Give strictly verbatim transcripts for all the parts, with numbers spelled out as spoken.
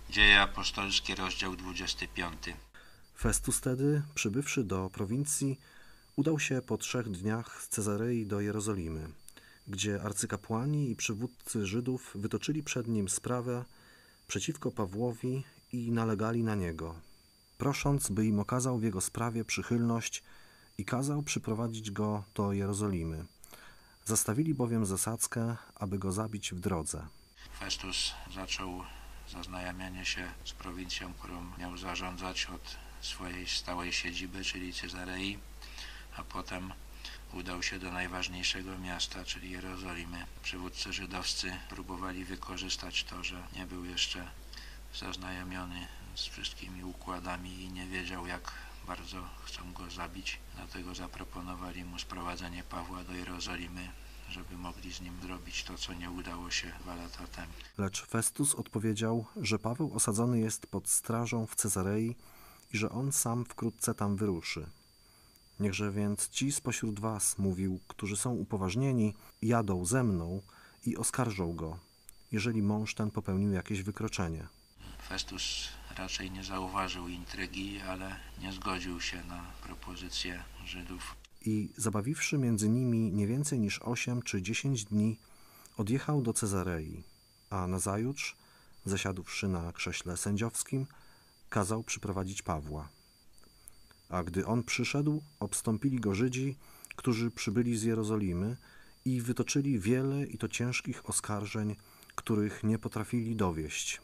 Dzieje apostolskie, rozdział dwudziesty piąty. Festus tedy, przybywszy do prowincji, udał się po trzech dniach z Cezarei do Jerozolimy, gdzie arcykapłani i przywódcy Żydów wytoczyli przed nim sprawę przeciwko Pawłowi i nalegali na niego, prosząc, by im okazał w jego sprawie przychylność i kazał przyprowadzić go do Jerozolimy. Zastawili bowiem zasadzkę, aby go zabić w drodze. Festus zaczął zaznajamianie się z prowincją, którą miał zarządzać od swojej stałej siedziby, czyli Cezarei, a potem udał się do najważniejszego miasta, czyli Jerozolimy. Przywódcy żydowscy próbowali wykorzystać to, że nie był jeszcze zaznajomiony z wszystkimi układami i nie wiedział, jak bardzo chcą go zabić. Dlatego zaproponowali mu sprowadzenie Pawła do Jerozolimy, żeby mogli z nim zrobić to, co nie udało się dwa lata temu. Lecz Festus odpowiedział, że Paweł osadzony jest pod strażą w Cezarei i że on sam wkrótce tam wyruszy. Niechże więc ci spośród was, mówił, którzy są upoważnieni, jadą ze mną i oskarżą go, jeżeli mąż ten popełnił jakieś wykroczenie. Festus raczej nie zauważył intrygi, ale nie zgodził się na propozycję Żydów. I zabawiwszy między nimi nie więcej niż osiem czy dziesięć dni, odjechał do Cezarei, a nazajutrz, zasiadłszy na krześle sędziowskim, kazał przyprowadzić Pawła. A gdy on przyszedł, obstąpili go Żydzi, którzy przybyli z Jerozolimy i wytoczyli wiele i to ciężkich oskarżeń, których nie potrafili dowieść.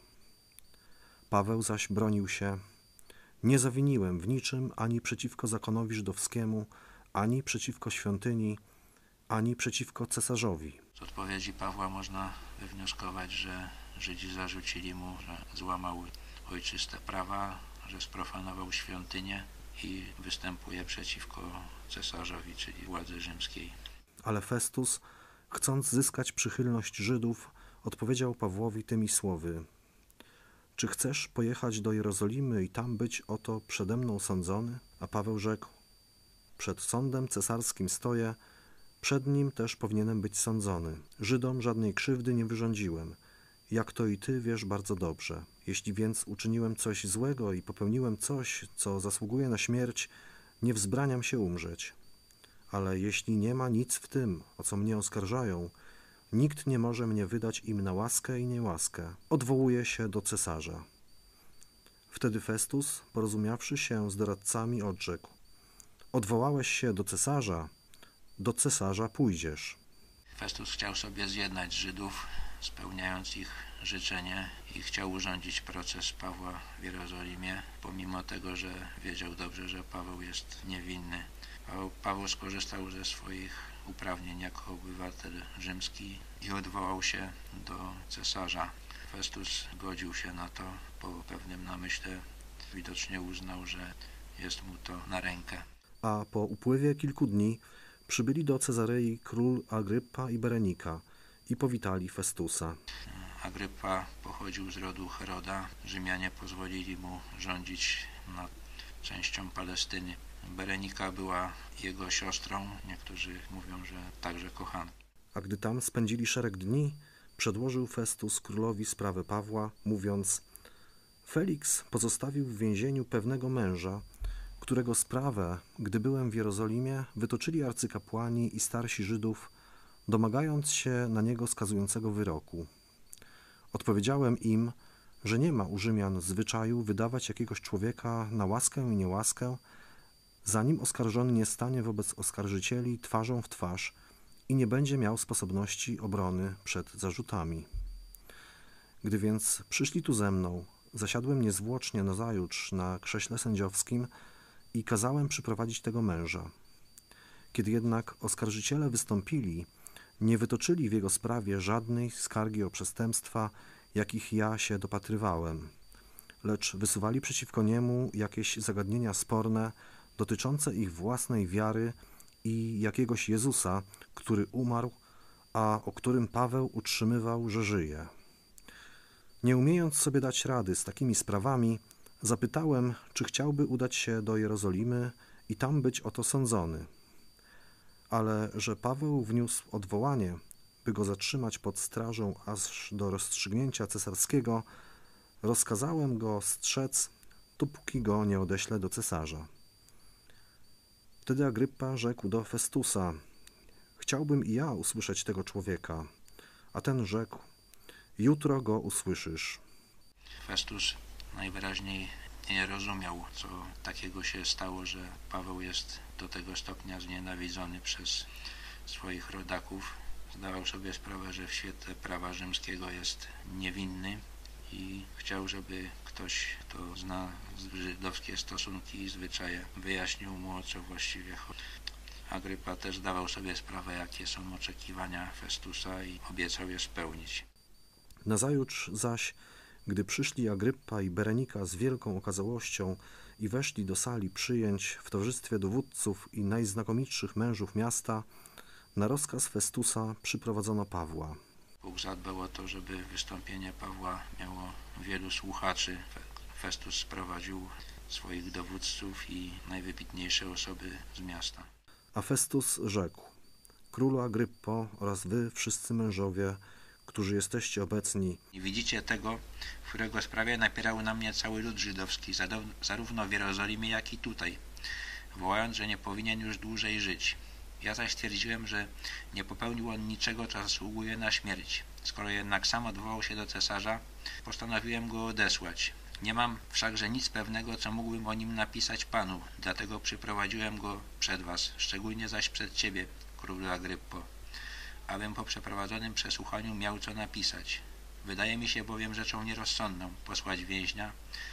Paweł zaś bronił się: nie zawiniłem w niczym ani przeciwko zakonowi żydowskiemu, ani przeciwko świątyni, ani przeciwko cesarzowi. Z odpowiedzi Pawła można wywnioskować, że Żydzi zarzucili mu, że złamał ojczyste prawa, że sprofanował świątynię i występuje przeciwko cesarzowi, czyli władzy rzymskiej. Ale Festus, chcąc zyskać przychylność Żydów, odpowiedział Pawłowi tymi słowy: czy chcesz pojechać do Jerozolimy i tam być oto przede mną sądzony? A Paweł rzekł: przed sądem cesarskim stoję, przed nim też powinienem być sądzony. Żydom żadnej krzywdy nie wyrządziłem, jak to i ty wiesz bardzo dobrze. Jeśli więc uczyniłem coś złego i popełniłem coś, co zasługuje na śmierć, nie wzbraniam się umrzeć. Ale jeśli nie ma nic w tym, o co mnie oskarżają, nikt nie może mnie wydać im na łaskę i niełaskę. Odwołuję się do cesarza. Wtedy Festus, porozumiawszy się z doradcami, odrzekł: odwołałeś się do cesarza, do cesarza pójdziesz. Festus chciał sobie zjednać Żydów, spełniając ich życzenie, i chciał urządzić proces Pawła w Jerozolimie, pomimo tego, że wiedział dobrze, że Paweł jest niewinny. Paweł, Paweł skorzystał ze swoich uprawnień jako obywatel rzymski i odwołał się do cesarza. Festus godził się na to po pewnym namyśle. Widocznie uznał, że jest mu to na rękę. A po upływie kilku dni przybyli do Cezarei król Agrypa i Berenika i powitali Festusa. Agrypa pochodził z rodu Heroda. Rzymianie pozwolili mu rządzić nad częścią Palestyny. Berenika była jego siostrą, niektórzy mówią, że także kochanką. A gdy tam spędzili szereg dni, przedłożył Festus królowi sprawę Pawła, mówiąc: Feliks pozostawił w więzieniu pewnego męża, którego sprawę, gdy byłem w Jerozolimie, wytoczyli arcykapłani i starsi Żydów, domagając się na niego skazującego wyroku. Odpowiedziałem im, że nie ma u Rzymian zwyczaju wydawać jakiegoś człowieka na łaskę i niełaskę, zanim oskarżony nie stanie wobec oskarżycieli twarzą w twarz i nie będzie miał sposobności obrony przed zarzutami. Gdy więc przyszli tu ze mną, zasiadłem niezwłocznie nazajutrz na krześle sędziowskim i kazałem przyprowadzić tego męża. Kiedy jednak oskarżyciele wystąpili, nie wytoczyli w jego sprawie żadnej skargi o przestępstwa, jakich ja się dopatrywałem, lecz wysuwali przeciwko niemu jakieś zagadnienia sporne dotyczące ich własnej wiary i jakiegoś Jezusa, który umarł, a o którym Paweł utrzymywał, że żyje. Nie umiejąc sobie dać rady z takimi sprawami, zapytałem, czy chciałby udać się do Jerozolimy i tam być o to sądzony. Ale że Paweł wniósł odwołanie, by go zatrzymać pod strażą aż do rozstrzygnięcia cesarskiego, Rozkazałem go strzec, dopóki go nie odeślę do cesarza. Wtedy Agrypa rzekł do Festusa: chciałbym i ja usłyszeć tego człowieka. A ten rzekł: jutro go usłyszysz. Festus najwyraźniej nie rozumiał, co takiego się stało, że Paweł jest do tego stopnia znienawidzony przez swoich rodaków. Zdawał sobie sprawę, że w świetle prawa rzymskiego jest niewinny i chciał, żeby ktoś, kto zna żydowskie stosunki i zwyczaje, wyjaśnił mu, o co właściwie chodzi. Agrypa też zdawał sobie sprawę, jakie są oczekiwania Festusa i obiecał je spełnić. Nazajutrz zaś, gdy przyszli Agrypa i Berenika z wielką okazałością i weszli do sali przyjęć w towarzystwie dowódców i najznakomitszych mężów miasta, na rozkaz Festusa przyprowadzono Pawła. Bóg zadbał o to, żeby wystąpienie Pawła miało wielu słuchaczy. Festus sprowadził swoich dowódców i najwybitniejsze osoby z miasta. A Festus rzekł: królu Agryppo oraz wy wszyscy mężowie, którzy jesteście obecni. I widzicie tego, w którego sprawie napierał na mnie cały lud żydowski, zarówno w Jerozolimie, jak i tutaj, wołając, że nie powinien już dłużej żyć. Ja zaś stwierdziłem, że nie popełnił on niczego, co zasługuje na śmierć. Skoro jednak sam odwołał się do cesarza, postanowiłem go odesłać. Nie mam wszakże nic pewnego, co mógłbym o nim napisać panu, dlatego przyprowadziłem go przed was, szczególnie zaś przed ciebie, królu Agryppo, abym po przeprowadzonym przesłuchaniu miał co napisać. Wydaje mi się bowiem rzeczą nierozsądną posłać więźnia,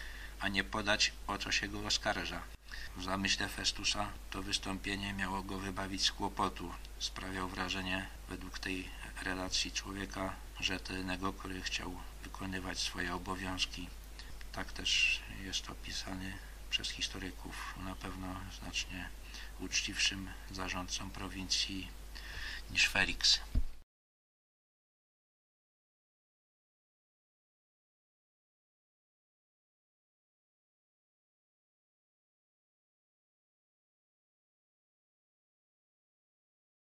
a nie podać, o co się go oskarża. W zamyśle Festusa to wystąpienie miało go wybawić z kłopotu. Sprawiał wrażenie, według tej relacji, człowieka rzetelnego, który chciał wykonywać swoje obowiązki. Tak też jest opisany przez historyków, na pewno znacznie uczciwszym zarządcą prowincji niż Felix.